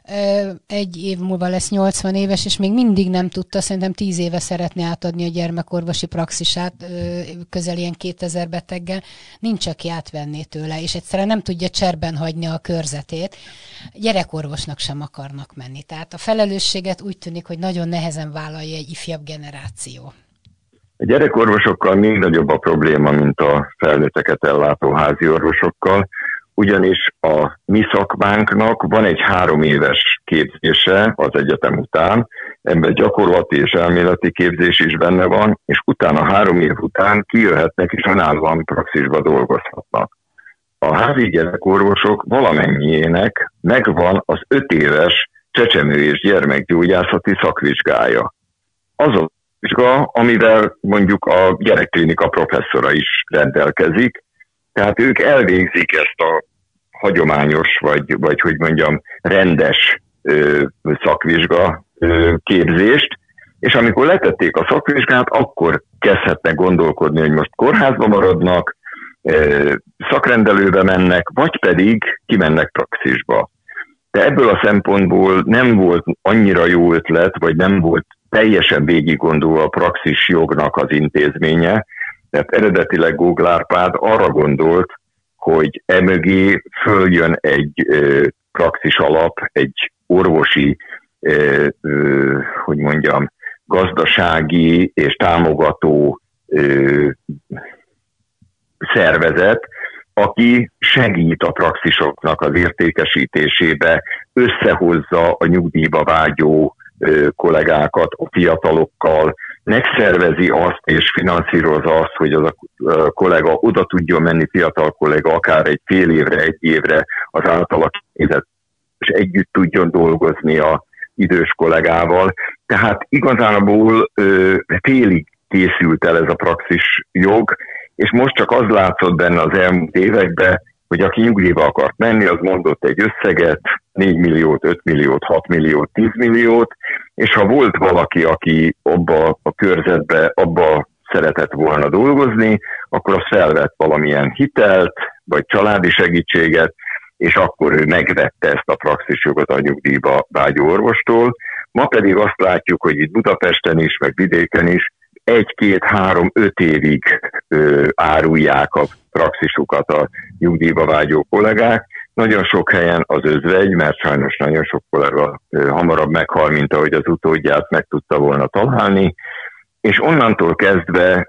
1 év múlva lesz 80 éves, és még mindig nem tudta, szerintem 10 éve szeretné átadni a gyermekorvosi praxisát közel ilyen 2000 beteggel, nincs, aki átvenné tőle, és egyszerűen nem tudja cserben hagyni a körzetét. Gyerekorvosnak sem akarnak menni. Tehát a felelősséget úgy tűnik, hogy nagyon nehezen vállalja egy ifjabb generáció. A gyerekorvosokkal még nagyobb a probléma, mint a felnőtteket ellátó házi orvosokkal, ugyanis a mi szakmánknak van egy 3 éves képzése az egyetem után, ebben gyakorlati és elméleti képzés is benne van, és utána 3 év után kijöhetnek és önállóan praxisba dolgozhatnak. A házi gyerekorvosok valamennyiének megvan az 5 éves csecsemő- és gyermekgyógyászati szakvizsgája. Az a vizsga, amivel mondjuk a gyerekklinika professzora is rendelkezik, tehát ők elvégzik ezt a hagyományos, vagy hogy mondjam, rendes szakvizsga képzést, és amikor letették a szakvizsgát, akkor kezdhetnek gondolkodni, hogy most kórházba maradnak, szakrendelőbe mennek, vagy pedig kimennek praxisba. De ebből a szempontból nem volt annyira jó ötlet, vagy nem volt teljesen végiggondolva a praxis jognak az intézménye, tehát eredetileg Gógl Árpád arra gondolt, hogy emögé följön egy praxis alap, egy orvosi, hogy mondjam, gazdasági és támogató szervezet, aki segít a praxisoknak az értékesítésébe, összehozza a nyugdíjba vágyó kollégákat a fiatalokkal, megszervezi azt és finanszírozza azt, hogy az a kollega oda tudjon menni, fiatal kollega, akár egy fél évre, 1 évre az általa képzett, és együtt tudjon dolgozni az idős kollégával. Tehát igazából félig készült el ez a praxis jog, és most csak az látszott benne az elmúlt években, hogy aki nyugdíjba akart menni, az mondott egy összeget, 4 milliót, 5 milliót, 6 milliót, 10 milliót, és ha volt valaki, aki abba a körzetbe, abba szeretett volna dolgozni, akkor az felvett valamilyen hitelt, vagy családi segítséget, és akkor ő megvette ezt a praxisjogot a nyugdíjba vágyó orvostól. Ma pedig azt látjuk, hogy itt Budapesten is, meg vidéken is 1, 2, 3, 5 évig árulják a praxisukat a nyugdíjba vágyó kollégák, nagyon sok helyen az özvegy, mert sajnos nagyon sok kollega hamarabb meghal, mint ahogy az utódját meg tudta volna találni, és onnantól kezdve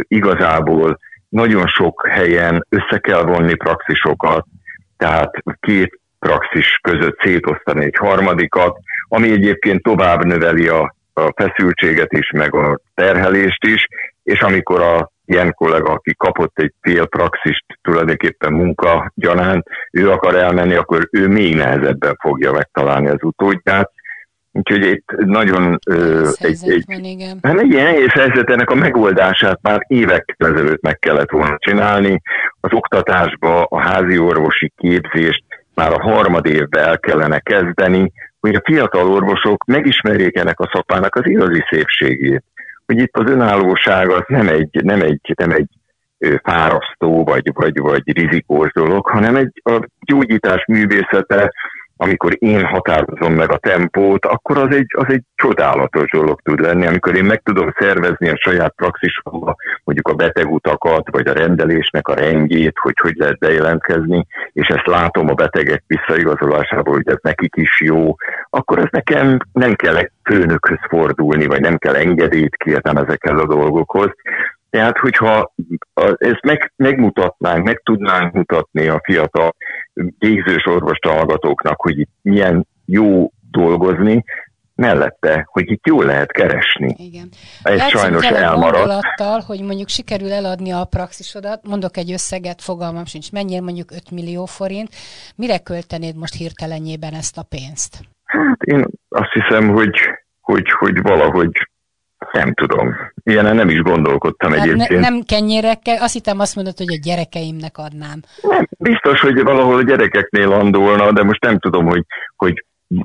igazából nagyon sok helyen össze kell vonni praxisokat, tehát két praxis között szétosztani egy harmadikat, ami egyébként tovább növeli a feszültséget is, meg a terhelést is, és amikor a ilyen kollega, aki kapott egy fél praxist tulajdonképpen munka gyanánt, ő akar elmenni, akkor ő még nehezebben fogja megtalálni az utódját. Úgyhogy itt nagyon egy ilyen nehéz helyzet, ennek a megoldását már évek ezelőtt meg kellett volna csinálni. Az oktatásba, a házi orvosi képzést már a harmadévben el kellene kezdeni, hogy a fiatal orvosok megismerjék ennek a szakmának az igazi szépségét. Hogy itt az önállóság az nem egy fárasztó vagy rizikós dolog, hanem a gyógyítás művészete, amikor én határozom meg a tempót, akkor az egy csodálatos dolog tud lenni, amikor én meg tudom szervezni a saját praxisomba, mondjuk a betegutakat, vagy a rendelésnek a rendjét, hogy lehet bejelentkezni, és ezt látom a betegek visszaigazolásából, hogy ez nekik is jó, akkor ez nekem nem kell egy főnökhöz fordulni, vagy nem kell engedélyt kérnem ezekhez a dolgokhoz. Tehát, hogyha ezt megmutatnánk, meg tudnánk mutatni a fiatal végzős orvostahallgatóknak, hogy itt milyen jó dolgozni, mellette, hogy itt jól lehet keresni. Igen. Ez játszunk sajnos elmaradt. Gondolattal, hogy mondjuk sikerül eladni a praxisodat, mondok egy összeget, fogalmam sincs, mennyire mondjuk 5 millió forint, mire költenéd most hirtelenjében ezt a pénzt? Hát én azt hiszem, hogy valahogy nem tudom. Ilyenen nem is gondolkodtam egyébként. Nem kenyérekkel? Azt hittem, azt mondod, hogy a gyerekeimnek adnám. Nem, biztos, hogy valahol a gyerekeknél landolna, de most nem tudom, hogy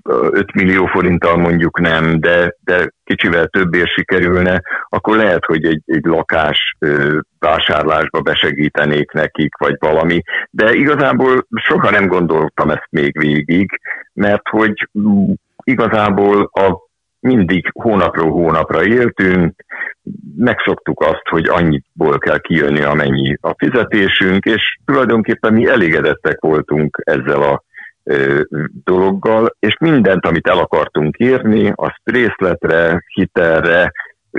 5 millió forinttal mondjuk nem, de kicsivel többért sikerülne, akkor lehet, hogy egy lakás vásárlásba besegítenék nekik, vagy valami. De igazából soha nem gondoltam ezt még végig, mert hogy igazából mindig hónapról hónapra éltünk, megszoktuk azt, hogy annyiból kell kijönni, amennyi a fizetésünk, és tulajdonképpen mi elégedettek voltunk ezzel a dologgal, és mindent, amit el akartunk érni, azt részletre, hitelre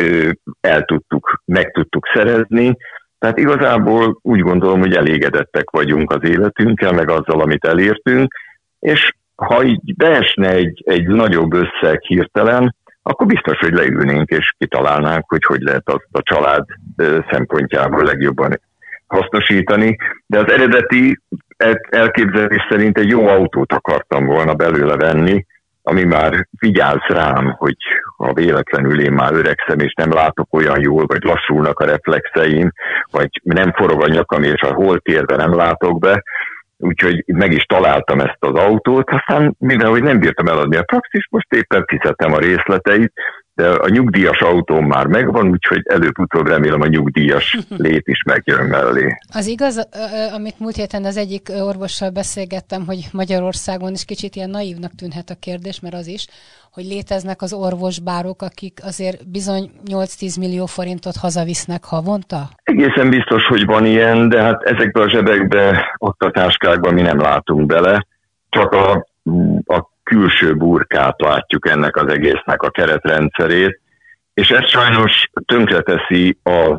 meg tudtuk szerezni. Tehát igazából úgy gondolom, hogy elégedettek vagyunk az életünkkel, meg azzal, amit elértünk, és ha így beesne egy nagyobb összeg hirtelen, akkor biztos, hogy leülnénk és kitalálnánk, hogy lehet azt a család szempontjából legjobban hasznosítani. De az eredeti elképzelés szerint egy jó autót akartam volna belőle venni, ami már vigyáz rám, hogy ha véletlenül én már öregszem, és nem látok olyan jól, vagy lassulnak a reflexeim, vagy nem forog a nyakam, és a holtérbe nem látok be, úgyhogy meg is találtam ezt az autót, aztán mivel hogy nem bírtam eladni a praxist, most éppen fizettem a részleteit, de a nyugdíjas autóm már megvan, úgyhogy előbb-utóbb remélem a nyugdíjas lét is megjön mellé. Az igaz, amit múlt héten az egyik orvossal beszélgettem, hogy Magyarországon is kicsit ilyen naívnak tűnhet a kérdés, mert az is, hogy léteznek az orvosbárok, akik azért bizony 8-10 millió forintot hazavisznek havonta? Egészen biztos, hogy van ilyen, de hát ezekbe a zsebekbe, ott a táskákban mi nem látunk bele, csak a külső burkát látjuk ennek az egésznek a keretrendszerét, és ez sajnos tönkreteszi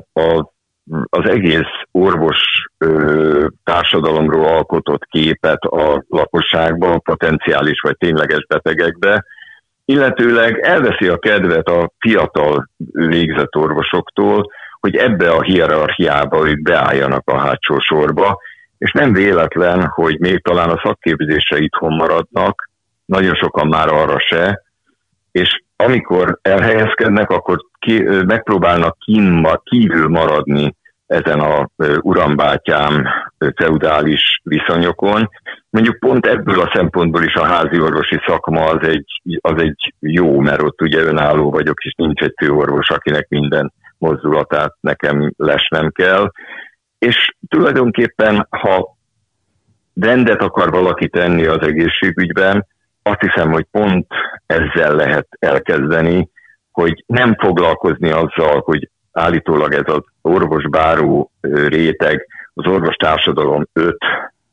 az egész orvos társadalomról alkotott képet a lakosságban, a potenciális vagy tényleges betegekbe, illetőleg elveszi a kedvet a fiatal végzett orvosoktól, hogy ebbe a hierarchiába ők beálljanak a hátsó sorba, és nem véletlen, hogy még talán a szakképzésre itthon maradnak, nagyon sokan már arra se, és amikor elhelyezkednek, akkor megpróbálnak kívül maradni ezen a urambátyám feudális viszonyokon. Mondjuk pont ebből a szempontból is a háziorvosi szakma az egy jó, mert ott ugye önálló vagyok, és nincs egy főorvos, akinek minden mozdulatát nekem lesnem kell. És tulajdonképpen, ha rendet akar valaki tenni az egészségügyben, azt hiszem, hogy pont ezzel lehet elkezdeni, hogy nem foglalkozni azzal, hogy állítólag ez az orvosbáró réteg, az orvostársadalom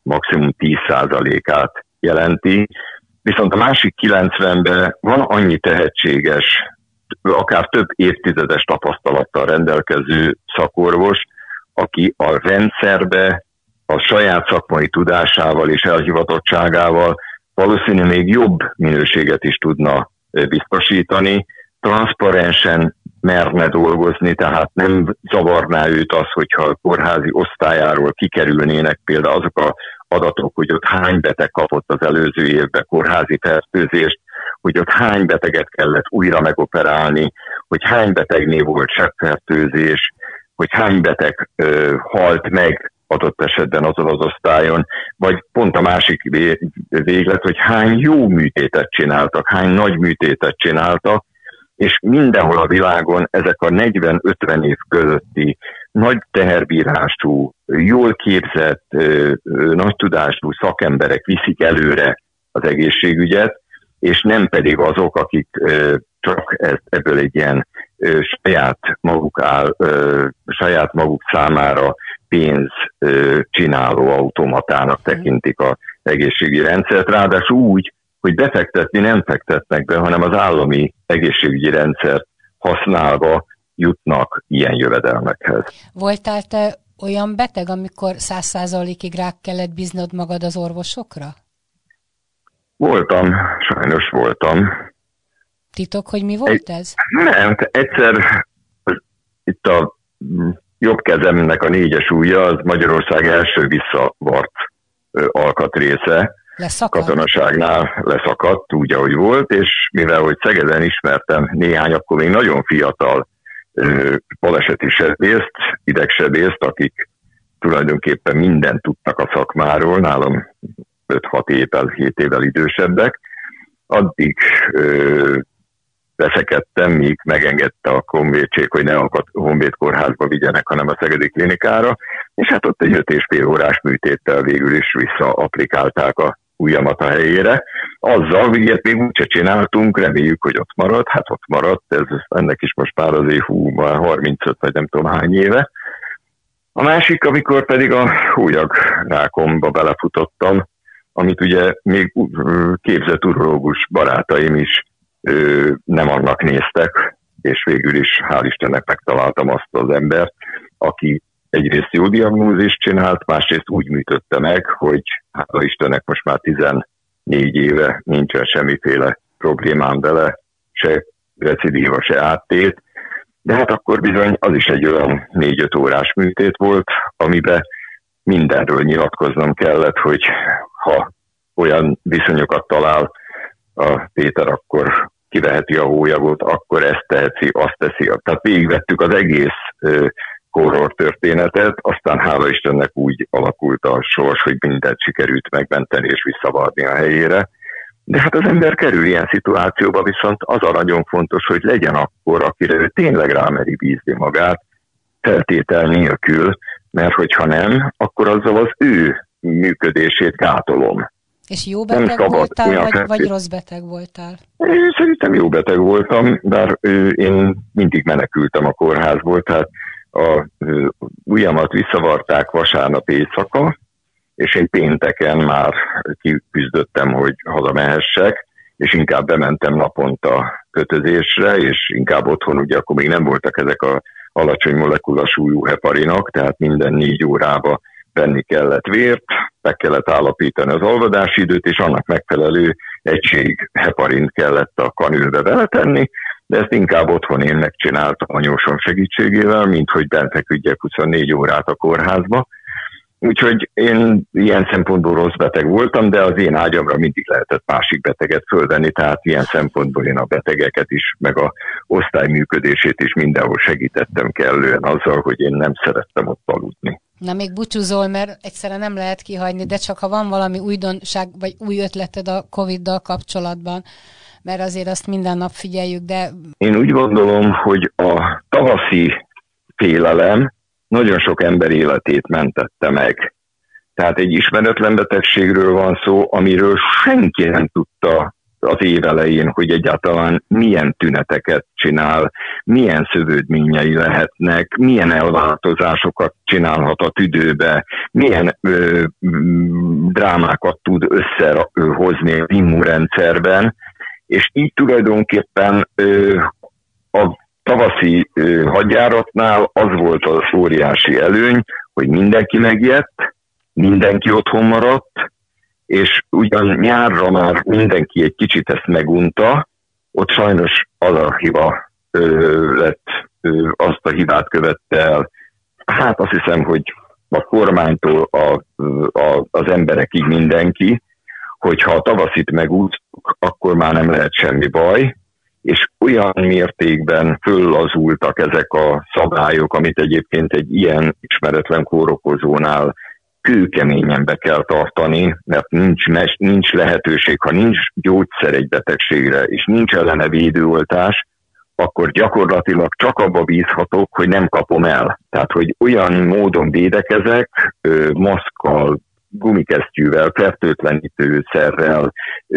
maximum 10%-át jelenti, viszont a másik 90-ben van annyi tehetséges, akár több évtizedes tapasztalattal rendelkező szakorvos, aki a rendszerbe a saját szakmai tudásával és elhivatottságával valószínűleg még jobb minőséget is tudna biztosítani, transzparensen merne dolgozni, tehát nem zavarná őt az, hogyha a kórházi osztályáról kikerülnének például azok az adatok, hogy ott hány beteg kapott az előző évben kórházi fertőzést, hogy ott hány beteget kellett újra megoperálni, hogy hány betegnél volt sebbfertőzés, hogy hány beteg halt meg adott esetben azon az osztályon, vagy pont a másik véglet, hogy hány jó műtétet csináltak, hány nagy műtétet csináltak, és mindenhol a világon ezek a 40-50 év közötti nagy teherbírású, jól képzett, nagy tudású szakemberek viszik előre az egészségügyet, és nem pedig azok, akik csak ebből egy ilyen saját maguk számára pénz csináló automatának tekintik az egészségügyi rendszert, ráadásul úgy, hogy befektetni nem fektetnek be, hanem az állami egészségügyi rendszert használva jutnak ilyen jövedelmekhez. Voltál te olyan beteg, amikor 100%-ig rá kellett bíznod magad az orvosokra? Voltam, sajnos voltam. Titok, hogy mi volt ez? Nem, egyszer itt a jobb kezemnek a 4-es ujja, az Magyarország első visszavart alkatrésze. Leszakadt? Katonaságnál leszakadt, úgy, ahogy volt, és mivel, hogy Szegeden ismertem néhány, akkor még nagyon fiatal baleseti sebészt, idegsebészt, akik tulajdonképpen mindent tudtak a szakmáról, nálam 5-6 évvel, 7 évvel idősebbek, addig veszekedtem, míg megengedte a honvédség, hogy ne a Honvéd kórházba vigyenek, hanem a Szegedi klinikára, és hát ott egy 5,5 órás műtéttel végül is visszaapplikálták a ujjamat a helyére. Azzal, hogy ilyet még úgyse csináltunk, reméljük, hogy ott marad. Hát ott maradt, ennek is most már azért már 35 vagy nem tudom hány éve. A másik, amikor pedig a hólyagrákomba belefutottam, amit ugye még képzett urológus barátaim is nem annak néztek, és végül is hál' Istennek megtaláltam azt az embert, aki egyrészt jó diagnózist csinált, másrészt úgy műtötte meg, hogy hála Istennek most már 14 éve nincsen semmiféle problémám vele, se recidíva, se áttét, de hát akkor bizony az is egy olyan 4-5 órás műtét volt, amiben mindenről nyilatkoznom kellett, hogy ha olyan viszonyokat talál a Péter, akkor kiveheti a hólyagot, akkor ezt teheti, azt teszi. Tehát végigvettük az egész horror történetet, aztán hála Istennek úgy alakult a sors, hogy mindent sikerült megmenteni és visszavarni a helyére. De hát az ember kerül ilyen szituációba, viszont az a nagyon fontos, hogy legyen akkor, akire ő tényleg rámeri bízni magát, feltétel nélkül, mert hogyha nem, akkor azzal az ő működését gátolom. És jó beteg voltál, vagy rossz beteg voltál? Én szerintem jó beteg voltam, bár én mindig menekültem a kórházból, tehát a ujjamat visszavarták vasárnap éjszaka, és én pénteken már kiküzdöttem, hogy hazamehessek, és inkább bementem naponta kötözésre, és inkább otthon, ugye akkor még nem voltak ezek a alacsony molekulasúlyú heparinok, tehát minden 4 órába venni kellett vért, meg kellett állapítani az alvadási időt, és annak megfelelő egység heparint kellett a kanülbe beletenni, de ezt inkább otthon én megcsináltam anyósom segítségével, mint hogy bent feküdjek 24 órát a kórházba. Úgyhogy én ilyen szempontból rossz beteg voltam, de az én ágyamra mindig lehetett másik beteget fölvenni, tehát ilyen szempontból én a betegeket is, meg a osztály működését is mindenhol segítettem kellően azzal, hogy én nem szerettem ott aludni. Na, még búcsúzol, mert egyszerűen nem lehet kihagyni, de csak ha van valami újdonság, vagy új ötleted a Covid-dal kapcsolatban, mert azért azt minden nap figyeljük, de... Én úgy gondolom, hogy a tavaszi félelem nagyon sok ember életét mentette meg. Tehát egy ismeretlen betegségről van szó, amiről senki nem tudta az év elején, hogy egyáltalán milyen tüneteket csinál, milyen szövődményei lehetnek, milyen elváltozásokat csinálhat a tüdőbe, milyen drámákat tud összehozni az immunrendszerben, és így tulajdonképpen a tavaszi hadjáratnál az volt az óriási előny, hogy mindenki megijedt, mindenki otthon maradt, és ugyan nyárra már mindenki egy kicsit ezt megunta, ott sajnos az a hiba lett, azt a hibát követte el. Hát azt hiszem, hogy a kormánytól az emberekig mindenki, hogyha a tavaszit megúsztuk, akkor már nem lehet semmi baj, és olyan mértékben föllazultak ezek a szabályok, amit egyébként egy ilyen ismeretlen kórokozónál kőkeményen be kell tartani, mert nincs lehetőség, ha nincs gyógyszer egy betegségre, és nincs ellene védőoltás, akkor gyakorlatilag csak abba bízhatok, hogy nem kapom el. Tehát, hogy olyan módon védekezek, maszkkal, gumikesztyűvel, fertőtlenítőszerrel,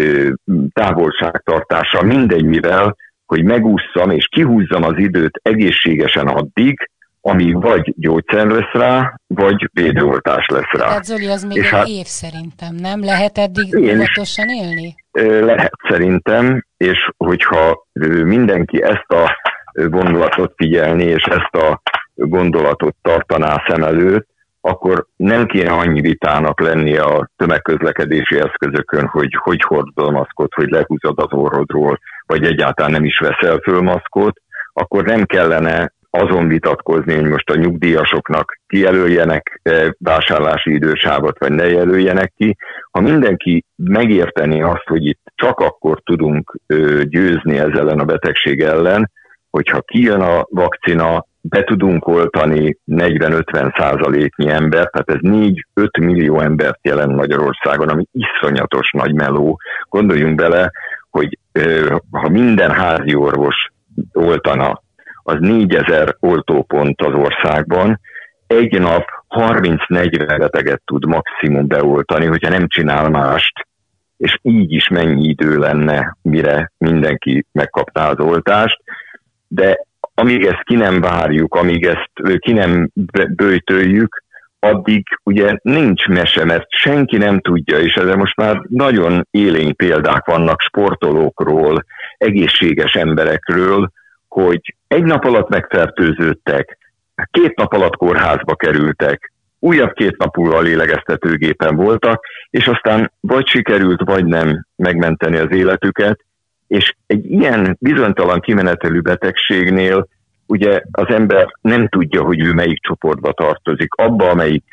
távolságtartással, mindegy mivel, hogy megússzam és kihúzzam az időt egészségesen addig, amíg vagy gyógyszer lesz rá, vagy védőoltás lesz rá. Tehát Zoli, az még egy év szerintem, nem? Lehet eddig óvatosan élni? Lehet szerintem, és hogyha mindenki ezt a gondolatot figyelni, és ezt a gondolatot tartaná szem előtt, akkor nem kéne annyi vitának lennie a tömegközlekedési eszközökön, hogy hordod a maszkot, hogy lehúzod az orrodról, vagy egyáltalán nem is veszel föl maszkot, akkor nem kellene azon vitatkozni, hogy most a nyugdíjasoknak kijelöljenek vásárlási idősávot, vagy ne jelöljenek ki. Ha mindenki megérteni azt, hogy itt csak akkor tudunk győzni ezzel ellen a betegség ellen, hogyha kijön a vakcina, be tudunk oltani 40-50%-nyi embert, tehát ez 4-5 millió embert jelent Magyarországon, ami iszonyatos nagy meló. Gondoljunk bele, hogy ha minden házi orvos oltana, az 4000 oltópont az országban, egy nap 30-40 beteget tud maximum beoltani, hogyha nem csinál mást, és így is mennyi idő lenne, mire mindenki megkapná az oltást, de amíg ezt ki nem várjuk, amíg ezt ki nem böjtöljük, addig ugye nincs mese, mert senki nem tudja, és ezzel most már nagyon élénk példák vannak sportolókról, egészséges emberekről, hogy egy nap alatt megfertőződtek, 2 nap alatt kórházba kerültek, újabb 2 nap múlva lélegeztetőgépen voltak, és aztán vagy sikerült, vagy nem megmenteni az életüket, és egy ilyen bizonytalan kimenetelű betegségnél ugye az ember nem tudja, hogy ő melyik csoportba tartozik. Abba, amelyik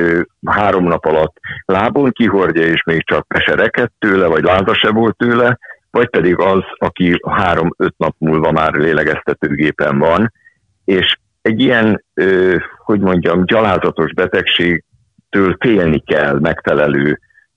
3 nap alatt lábon kihordja, és még csak be se rekedt tőle, vagy láza se volt tőle, vagy pedig az, aki 3-5 nap múlva már lélegeztetőgépen van, és egy ilyen, hogy mondjam, gyalázatos betegségtől félni kell megfelelő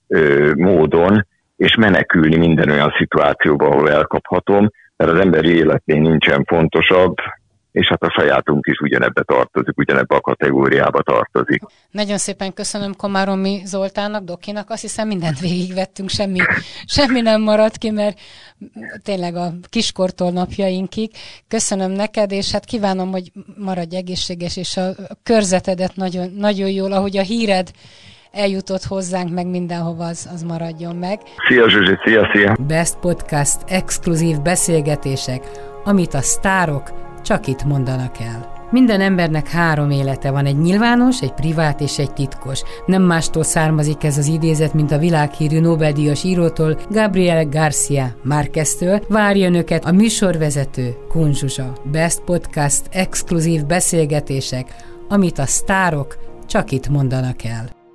módon, és menekülni minden olyan szituációba, ahol elkaphatom, mert az emberi életnél nincsen fontosabb, és hát a sajátunk is ugyanebbe tartozik, ugyanebbe a kategóriába tartozik. Nagyon szépen köszönöm Komáromi Zoltánnak, Dokinak, azt hiszem mindent végigvettünk, semmi nem maradt ki, mert tényleg a kiskortól napjainkig. Köszönöm neked, és hát kívánom, hogy maradj egészséges, és a körzetedet nagyon, nagyon jól, ahogy a híred eljutott hozzánk, meg mindenhova, az maradjon meg. Szia Zsuzsi, szia! Best Podcast exkluzív beszélgetések, amit a sztárok csak itt mondanak el. Minden embernek 3 élete van, egy nyilvános, egy privát és egy titkos. Nem mástól származik ez az idézet, mint a világhírű Nobel-díjas írótól, Gabriel García Márqueztől. Várja önöket a műsorvezető, Kun Zsuzsa. Best Podcast exkluzív beszélgetések, amit a sztárok csak itt mondanak el.